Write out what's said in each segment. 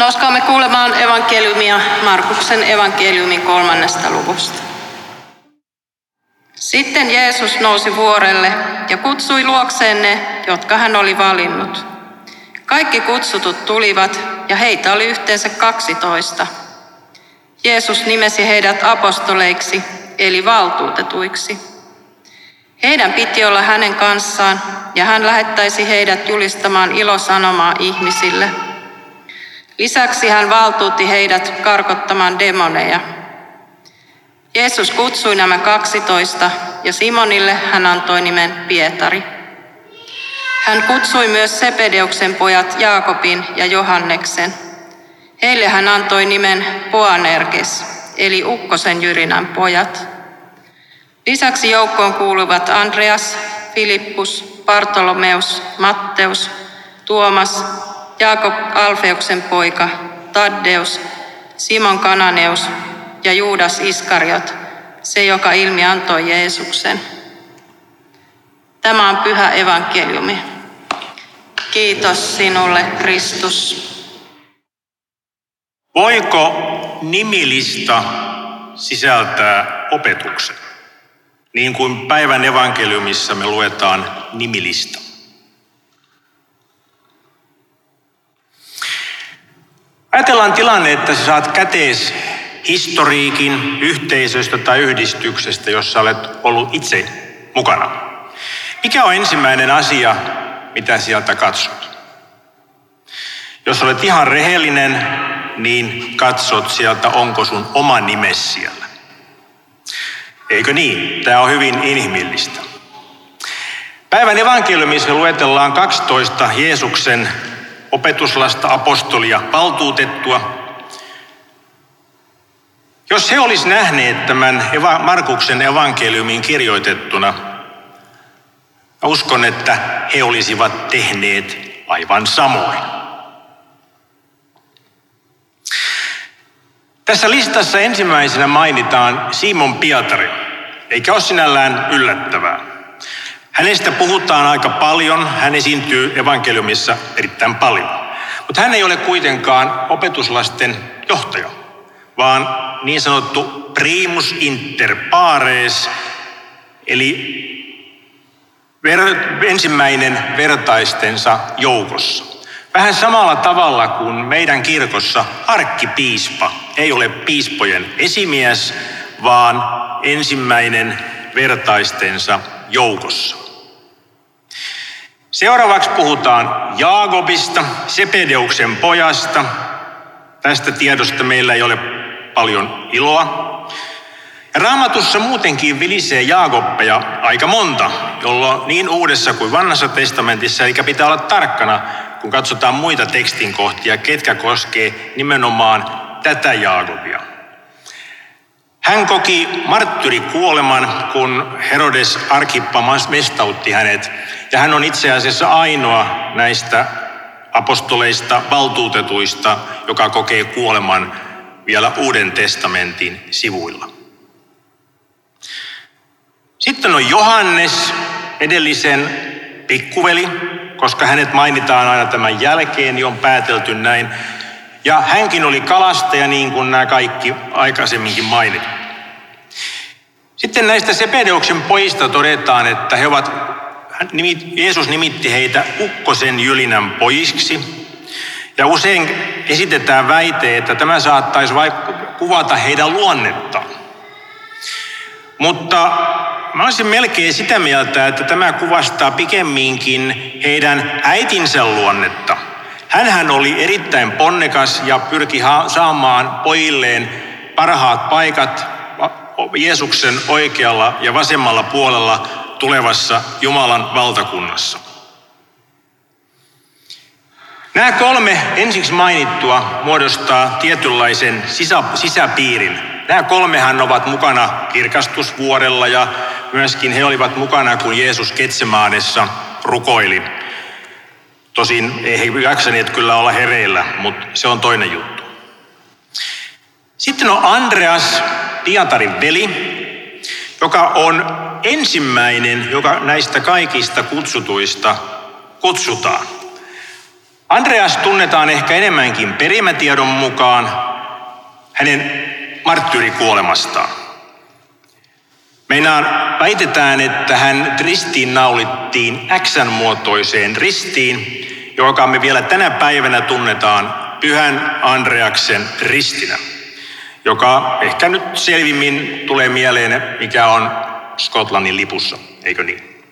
Nouskaamme kuulemaan evankeliumia Markuksen evankeliumin 3. luvusta. Sitten Jeesus nousi vuorelle ja kutsui luokseen ne, jotka hän oli valinnut. Kaikki kutsutut tulivat ja heitä oli yhteensä 12. Jeesus nimesi heidät apostoleiksi eli valtuutetuiksi. Heidän piti olla hänen kanssaan ja hän lähettäisi heidät julistamaan ilosanomaa ihmisille. Lisäksi hän valtuutti heidät karkottamaan demoneja. Jeesus kutsui nämä 12 ja Simonille hän antoi nimen Pietari. Hän kutsui myös Sebedeuksen pojat Jaakobin ja Johanneksen. Heille hän antoi nimen Boanerges, eli ukkosen jyrinän pojat. Lisäksi joukkoon kuuluvat Andreas, Filippus, Bartolomeus, Matteus, Tuomas, Jaakob Alfeuksen poika, Taddeus, Simon Kananeus ja Juudas Iskariot, se joka ilmi antoi Jeesuksen. Tämä on pyhä evankeliumi. Kiitos sinulle, Kristus. Voiko nimilista sisältää opetuksen? Niin kuin päivän evankeliumissa me luetaan nimilista. Ajatellaan tilanne, että sä saat kätees historiikin yhteisöstä tai yhdistyksestä, jossa olet ollut itse mukana. Mikä on ensimmäinen asia, mitä sieltä katsot? Jos olet ihan rehellinen, niin katsot sieltä, onko sun oma nimesi siellä. Eikö niin? Tämä on hyvin inhimillistä. Päivän evankeliumissa luetellaan 12 Jeesuksen opetuslasta, apostolia, valtuutettua. Jos he olisi nähneet tämän Markuksen evankeliumin kirjoitettuna, uskon, että he olisivat tehneet aivan samoin. Tässä listassa ensimmäisenä mainitaan Simon Pietari, eikä ole sinällään yllättävää. Hänestä puhutaan aika paljon, hän esiintyy evankeliumissa erittäin paljon. Mutta hän ei ole kuitenkaan opetuslasten johtaja, vaan niin sanottu primus inter pares, eli ensimmäinen vertaistensa joukossa. Vähän samalla tavalla kuin meidän kirkossa arkkipiispa ei ole piispojen esimies, vaan ensimmäinen vertaistensa joukossa. Seuraavaksi puhutaan Jaakobista, Sebedeuksen pojasta. Tästä tiedosta meillä ei ole paljon iloa. Ja Raamatussa muutenkin vilisee Jaakobbeja aika monta, jolloin niin Uudessa kuin Vanhassa testamentissa, eikä pitää olla tarkkana, kun katsotaan muita tekstinkohtia, ketkä koskee nimenomaan tätä Jaakobia. Hän koki marttyrikuoleman, kun Herodes Arkippa mestautti hänet. Ja hän on itse asiassa ainoa näistä apostoleista, valtuutetuista, joka kokee kuoleman vielä Uuden testamentin sivuilla. Sitten on Johannes, edellisen pikkuveli, koska hänet mainitaan aina tämän jälkeen, niin on päätelty näin. Ja hänkin oli kalastaja, niin kuin nämä kaikki aikaisemminkin mainitut. Sitten näistä Sebedeuksen pojista todetaan, että Jeesus nimitti heitä ukkosen jylinän pojiksi. Ja usein esitetään väite, että tämä saattaisi kuvata heidän luonnettaan. Mutta mä olisin melkein sitä mieltä, että tämä kuvastaa pikemminkin heidän äitinsä luonnetta. Hänhän oli erittäin ponnekas ja pyrki saamaan pojilleen parhaat paikat Jeesuksen oikealla ja vasemmalla puolella tulevassa Jumalan valtakunnassa. Nämä 3 ensiksi mainittua muodostaa tietynlaisen sisäpiirin. Nämä 3 ovat mukana kirkastusvuorella ja myöskin he olivat mukana, kun Jeesus Getsemaanessa rukoili. Tosin ei he jaksaneet kyllä olla hereillä, mutta se on toinen juttu. Sitten on Andreas, Pietarin veli, joka on ensimmäinen, joka näistä kaikista kutsutuista kutsutaan. Andreas tunnetaan ehkä enemmänkin perimätiedon mukaan hänen marttyyrikuolemastaan. Väitetään, että hän ristiinnaulittiin X-muotoiseen ristiin, joka me vielä tänä päivänä tunnetaan Pyhän Andreaksen ristinä, joka ehkä nyt selvimmin tulee mieleen, mikä on Skotlannin lipussa, eikö niin?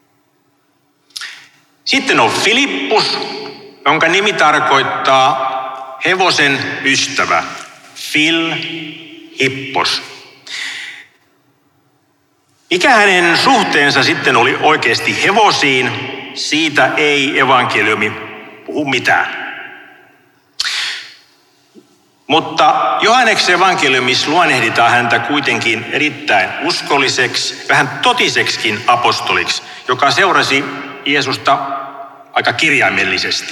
Sitten on Filippus, jonka nimi tarkoittaa hevosen ystävä, Hippos. Mikä hänen suhteensa sitten oli oikeasti hevosiin, siitä ei evankeliumi puhu mitään. Mutta Johanneksen evankeliumissa luonnehditaan häntä kuitenkin erittäin uskolliseksi, vähän totiseksikin apostoliksi, joka seurasi Jeesusta aika kirjaimellisesti.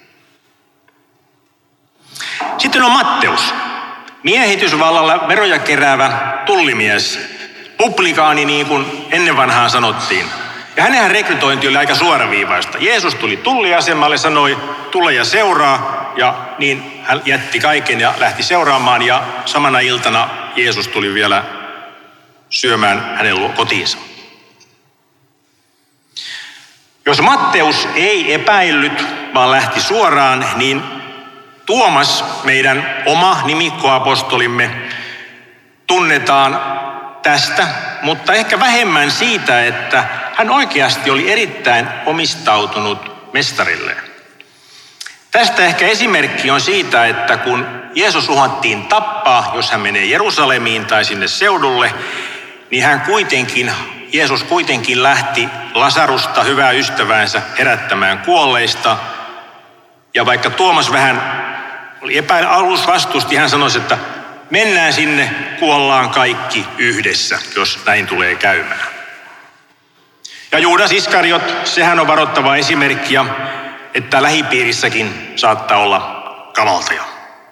Sitten on Matteus, miehitysvallalla veroja keräävä tullimies, publikaani niin kuin ennen vanhaan sanottiin. Ja hänen rekrytointi oli aika suoraviivaista. Jeesus tuli tulliasemalle, sanoi, tule ja seuraa. Ja niin hän jätti kaiken ja lähti seuraamaan. Ja samana iltana Jeesus tuli vielä syömään hänen kotiinsa. Jos Matteus ei epäillyt, vaan lähti suoraan, niin Tuomas, meidän oma nimikkoapostolimme, tunnetaan tästä, mutta ehkä vähemmän siitä, että hän oikeasti oli erittäin omistautunut mestarilleen. Tästä ehkä esimerkki on siitä, että kun Jeesus uhattiin tappaa, jos hän menee Jerusalemiin tai sinne seudulle, niin Jeesus kuitenkin lähti Lasarusta, hyvää ystäväänsä, herättämään kuolleista. Ja vaikka Tuomas vähän oli alussa vastusti, hän sanoi, että mennään sinne, kuollaan kaikki yhdessä, jos näin tulee käymään. Ja Juudas Iskariot, sehän on varoittava esimerkki, että lähipiirissäkin saattaa olla kavaltaja.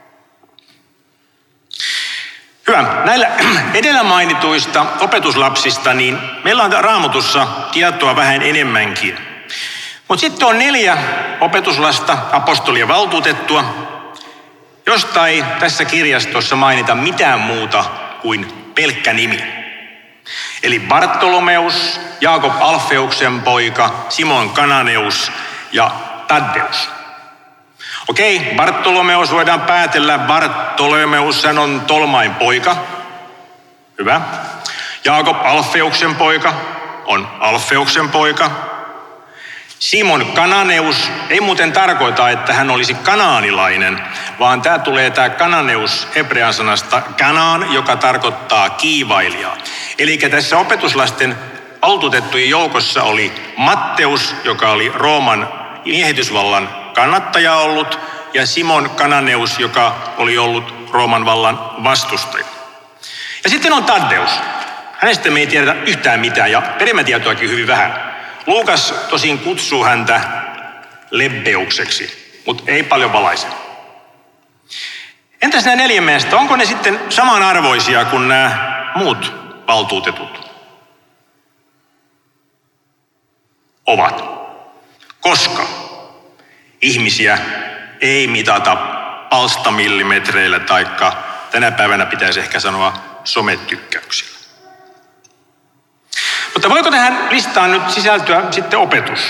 Hyvä. Näillä edellä mainituista opetuslapsista, niin meillä on Raamatussa tietoa vähän enemmänkin. Mutta sitten on 4 opetuslasta, apostolia valtuutettua, josta ei tässä kirjastossa mainita mitään muuta kuin pelkkä nimi. Eli Bartolomeus, Jaakob Alfeuksen poika, Simon Kananeus ja Taddeus. Okei, Bartolomeus voidaan päätellä. Bartolomeus on Tolmain poika. Hyvä. Jaakob Alfeuksen poika on Alfeuksen poika. Simon Kananeus ei muuten tarkoita, että hän olisi kanaanilainen, vaan tämä Kananeus hebrean sanasta Kanaan, joka tarkoittaa kiivailijaa. Eli tässä opetuslasten valtuutettujen joukossa oli Matteus, joka oli Rooman miehitysvallan kannattaja ollut, ja Simon Kananeus, joka oli ollut Rooman vallan vastustaja. Ja sitten on Taddeus. Hänestä me ei tiedetä yhtään mitään, ja perimätietoakin hyvin vähän. Luukas tosin kutsuu häntä Lebbeukseksi, mutta ei paljon valaise. Entäs nämä 4 miestä, onko ne sitten samanarvoisia kuin nämä muut valtuutetut? Ovat. Koska ihmisiä ei mitata palstamillimetreillä, taikka tänä päivänä pitäisi ehkä sanoa sometykkäyksillä. Mutta voiko tähän listaan nyt sisältyä sitten opetus?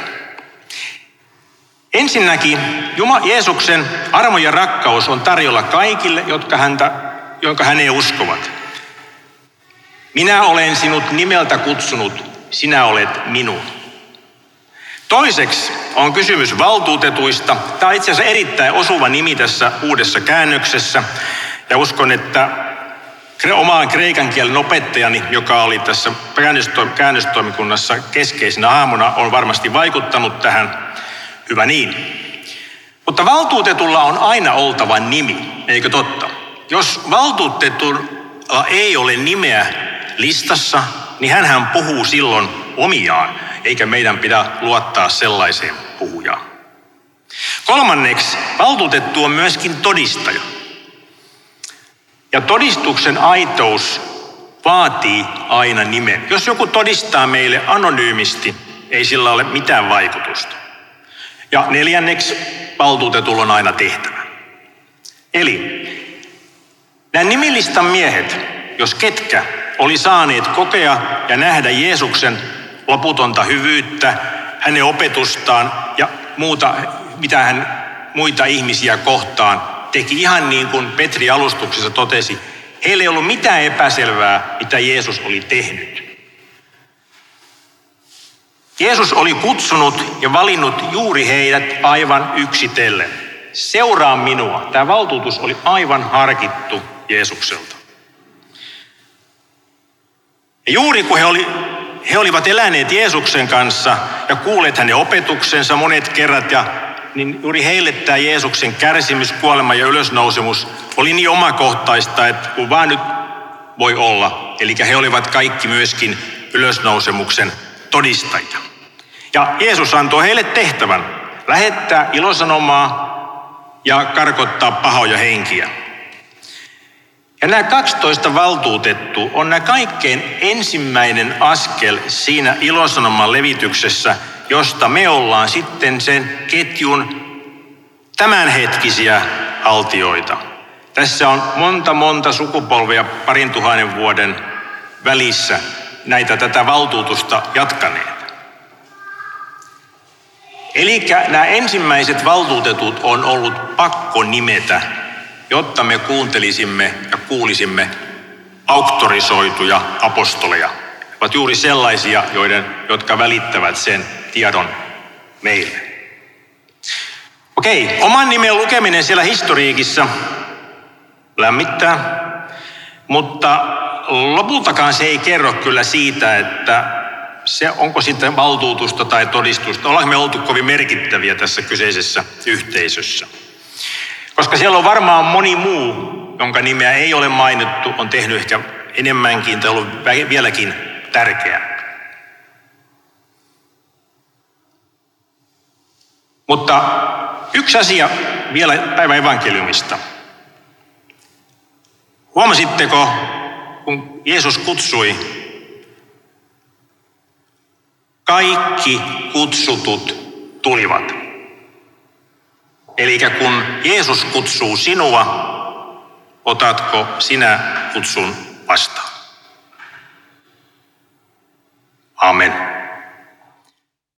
Ensinnäkin Jeesuksen armo ja rakkaus on tarjolla kaikille, jotka häneen uskovat. Minä olen sinut nimeltä kutsunut, sinä olet minun. Toiseksi on kysymys valtuutetuista. Tämä on itse asiassa erittäin osuva nimi tässä uudessa käännöksessä. Ja uskon, että omaan kreikan kielen opettajani, joka oli tässä käännöstoimikunnassa keskeisenä aamuna, on varmasti vaikuttanut tähän. Hyvä niin. Mutta valtuutetulla on aina oltava nimi, eikö totta? Jos valtuutetulla ei ole nimeä listassa, niin hänhän puhuu silloin omiaan, eikä meidän pidä luottaa sellaiseen puhujaan. Kolmanneksi, valtuutettu on myöskin todistaja. Ja todistuksen aitous vaatii aina nimen. Jos joku todistaa meille anonyymisti, ei sillä ole mitään vaikutusta. Ja neljänneksi, valtuutetulla on aina tehtävä. Eli nämä nimilistan miehet, jos ketkä, oli saaneet kokea ja nähdä Jeesuksen loputonta hyvyyttä, hänen opetustaan ja muuta, mitä hän muita ihmisiä kohtaan teki, ihan niin kuin Petri alustuksessa totesi. Heillä ei ollut mitään epäselvää, mitä Jeesus oli tehnyt. Jeesus oli kutsunut ja valinnut juuri heidät aivan yksitellen. Seuraa minua. Tämä valtuutus oli aivan harkittu Jeesukselta. Ja juuri kun he olivat eläneet Jeesuksen kanssa ja kuulleet hänen opetuksensa monet kerrat, niin juuri heille tämä Jeesuksen kärsimys, kuolema ja ylösnousemus oli niin omakohtaista, että kun vaan nyt voi olla. Eli he olivat kaikki myöskin ylösnousemuksen todistajia. Ja Jeesus antoi heille tehtävän lähettää ilosanomaa ja karkottaa pahoja henkiä. Ja nämä 12 valtuutettu on nämä kaikkein ensimmäinen askel siinä ilosanoman levityksessä, josta me ollaan sitten sen ketjun tämänhetkisiä haltijoita. Tässä on monta sukupolvia 2000 vuoden välissä tätä valtuutusta jatkaneet. Eli nämä ensimmäiset valtuutetut on ollut pakko nimetä, jotta me kuuntelisimme ja kuulisimme auktorisoituja apostoleja. He ovat juuri sellaisia, jotka välittävät sen tiedon meille. Okei, oman nimen lukeminen siellä historiikissa lämmittää, mutta lopultakaan se ei kerro kyllä siitä, että onko sitten valtuutusta tai todistusta. Ollaanko me oltu kovin merkittäviä tässä kyseisessä yhteisössä. Koska siellä on varmaan moni muu, jonka nimeä ei ole mainittu, on tehnyt ehkä enemmänkin tai ollut vieläkin tärkeää. Mutta yksi asia vielä päivän evankeliumista. Huomasitteko, kun Jeesus kutsui, kaikki kutsutut tulivat. Eli kun Jeesus kutsuu sinua, otatko sinä kutsun vastaan? Amen.